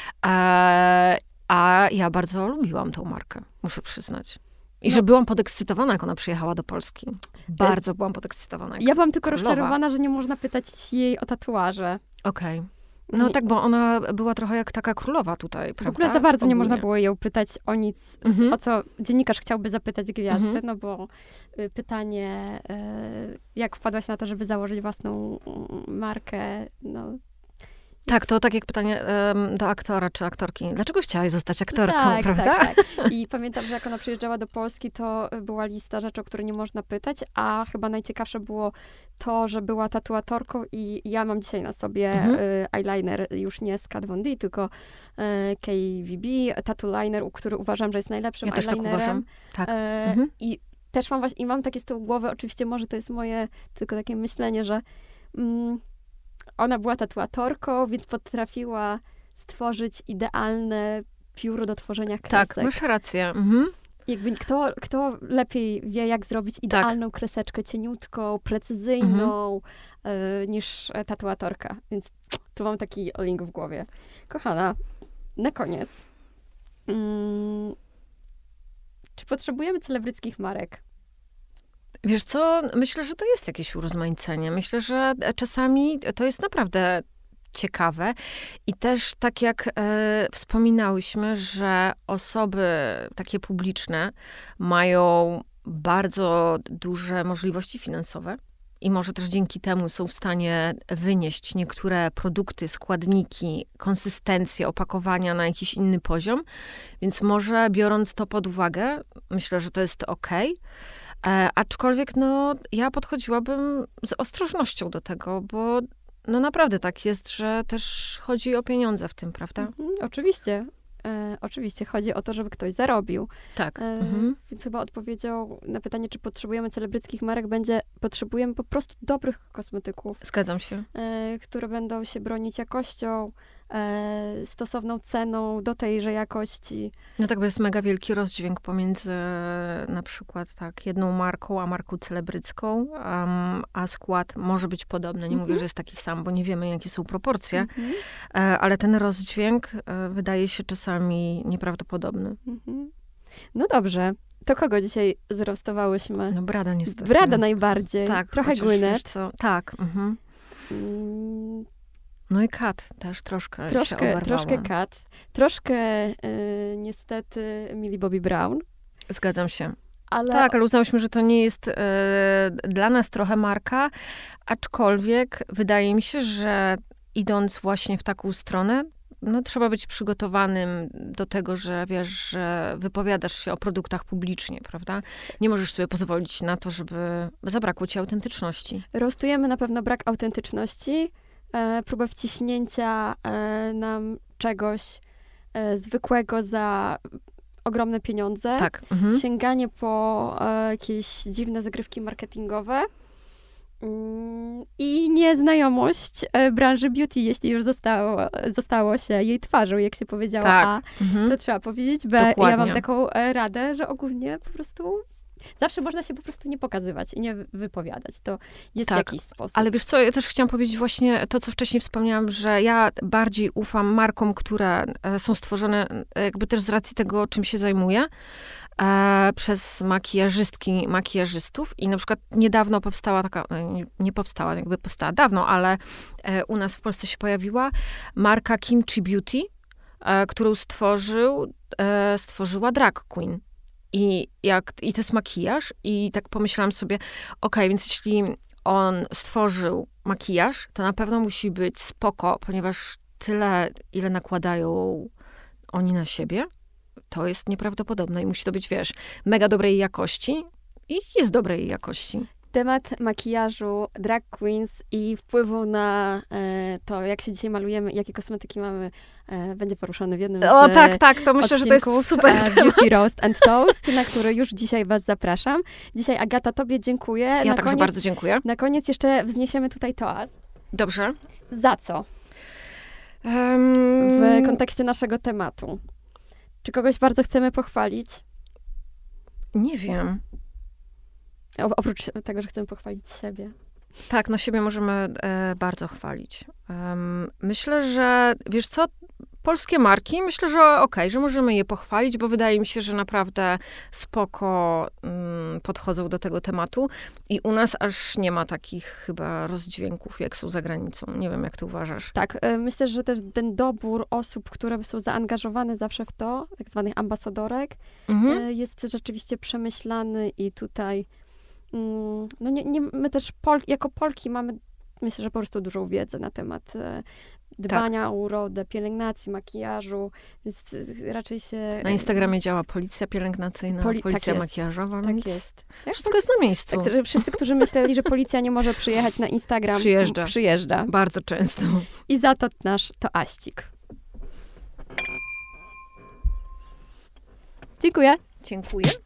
A ja bardzo lubiłam tą markę, muszę przyznać. I że byłam podekscytowana, jak ona przyjechała do Polski. Bardzo byłam podekscytowana. Ja byłam tylko rozczarowana, że nie można pytać jej o tatuaże. Okej. No tak, bo ona była trochę jak taka królowa tutaj, prawda? W ogóle za bardzo nie można było ją pytać o nic, o co dziennikarz chciałby zapytać gwiazdę, no bo pytanie, jak wpadłaś na to, żeby założyć własną markę, Tak, to tak jak pytanie do aktora czy aktorki. Dlaczego chciałaś zostać aktorką, prawda? Tak. I pamiętam, że jak ona przyjeżdżała do Polski, to była lista rzeczy, o które nie można pytać, a chyba najciekawsze było to, że była tatuatorką i ja mam dzisiaj na sobie eyeliner już nie z Kat Von D, tylko KVB, tattoo liner, który uważam, że jest najlepszym eyelinerem. Ja też tak uważam. Tak. I też mam takie z tyłu głowy, oczywiście może to jest moje tylko takie myślenie, że ona była tatuatorką, więc potrafiła stworzyć idealne pióro do tworzenia kresek. Tak, masz rację. Jakby kto lepiej wie, jak zrobić idealną kreseczkę, cieniutką, precyzyjną, niż tatuatorka. Więc tu mam taki link w głowie. Kochana, na koniec. Czy potrzebujemy celebryckich marek? Wiesz co, myślę, że to jest jakieś urozmaicenie. Myślę, że czasami to jest naprawdę ciekawe i też tak jak wspominałyśmy, że osoby takie publiczne mają bardzo duże możliwości finansowe i może też dzięki temu są w stanie wynieść niektóre produkty, składniki, konsystencję, opakowania na jakiś inny poziom, więc może biorąc to pod uwagę, myślę, że to jest okej. Aczkolwiek, no, ja podchodziłabym z ostrożnością do tego, bo no naprawdę tak jest, że też chodzi o pieniądze w tym, prawda? Oczywiście. Oczywiście chodzi o to, żeby ktoś zarobił. Tak. Więc chyba odpowiedzią na pytanie, czy potrzebujemy celebryckich marek, będzie potrzebujemy po prostu dobrych kosmetyków. Zgadzam się. Które będą się bronić jakością, stosowną ceną do tejże jakości. No tak, bo jest mega wielki rozdźwięk pomiędzy na przykład jedną marką, a marką celebrycką, a skład może być podobny. Nie mówię, że jest taki sam, bo nie wiemy, jakie są proporcje, ale ten rozdźwięk wydaje się czasami nieprawdopodobny. No dobrze. To kogo dzisiaj zrostowałyśmy? No Brada niestety. Brada najbardziej. Tak. Trochę Gwyneth. Tak. No i Kat też troszkę się oberwała. Troszkę Kat. Troszkę niestety Millie Bobby Brown. Zgadzam się. Ale... Tak, ale uznałyśmy, że to nie jest dla nas trochę marka, aczkolwiek wydaje mi się, że idąc właśnie w taką stronę, no trzeba być przygotowanym do tego, że wiesz, że wypowiadasz się o produktach publicznie, prawda? Nie możesz sobie pozwolić na to, żeby zabrakło ci autentyczności. Roastujemy na pewno brak autentyczności, próbę wciśnięcia nam czegoś zwykłego za ogromne pieniądze. Tak. Sięganie po jakieś dziwne zagrywki marketingowe i nieznajomość branży beauty, jeśli już zostało się jej twarzą, jak się powiedziało A, to trzeba powiedzieć B. Dokładnie. Ja mam taką radę, że ogólnie po prostu zawsze można się po prostu nie pokazywać i nie wypowiadać. To jest jakiś sposób. Ale wiesz co, ja też chciałam powiedzieć właśnie to, co wcześniej wspomniałam, że ja bardziej ufam markom, które są stworzone jakby też z racji tego, czym się zajmuję, przez makijażystki, makijażystów. I na przykład niedawno powstała taka, nie powstała, jakby powstała dawno, ale u nas w Polsce się pojawiła marka Kimchi Beauty, którą stworzyła drag queen. I to jest makijaż i tak pomyślałam sobie, okej, więc jeśli on stworzył makijaż, to na pewno musi być spoko, ponieważ tyle, ile nakładają oni na siebie, to jest nieprawdopodobne i musi to być, wiesz, mega dobrej jakości i jest dobrej jakości. Temat makijażu, drag queens i wpływu na to, jak się dzisiaj malujemy i jakie kosmetyki mamy, będzie poruszony w jednym z tak, to myślę, że to jest super Beauty Roast and Toast, na który już dzisiaj was zapraszam. Dzisiaj, Agata, tobie dziękuję. Ja także bardzo dziękuję. Na koniec jeszcze wzniesiemy tutaj toast. Dobrze. Za co? W kontekście naszego tematu. Czy kogoś bardzo chcemy pochwalić? Nie wiem. Oprócz tego, że chcemy pochwalić siebie. Tak, no siebie możemy bardzo chwalić. Myślę, że, wiesz co, polskie marki, myślę, że okej, że możemy je pochwalić, bo wydaje mi się, że naprawdę spoko podchodzą do tego tematu i u nas aż nie ma takich chyba rozdźwięków, jak są za granicą. Nie wiem, jak ty uważasz. Tak, myślę, że też ten dobór osób, które są zaangażowane zawsze w to, tak zwanych ambasadorek, jest rzeczywiście przemyślany i tutaj no my też jako Polki mamy, myślę, że po prostu dużą wiedzę na temat dbania o urodę, pielęgnacji, makijażu, więc raczej się... Na Instagramie działa policja pielęgnacyjna, policja tak makijażowa, tak więc jest. Wszystko jest na miejscu. Tak, wszyscy, którzy myśleli, że policja nie może przyjechać na Instagram, przyjeżdża. Bardzo często. I za to nasz toaścik. Dziękuję. Dziękuję.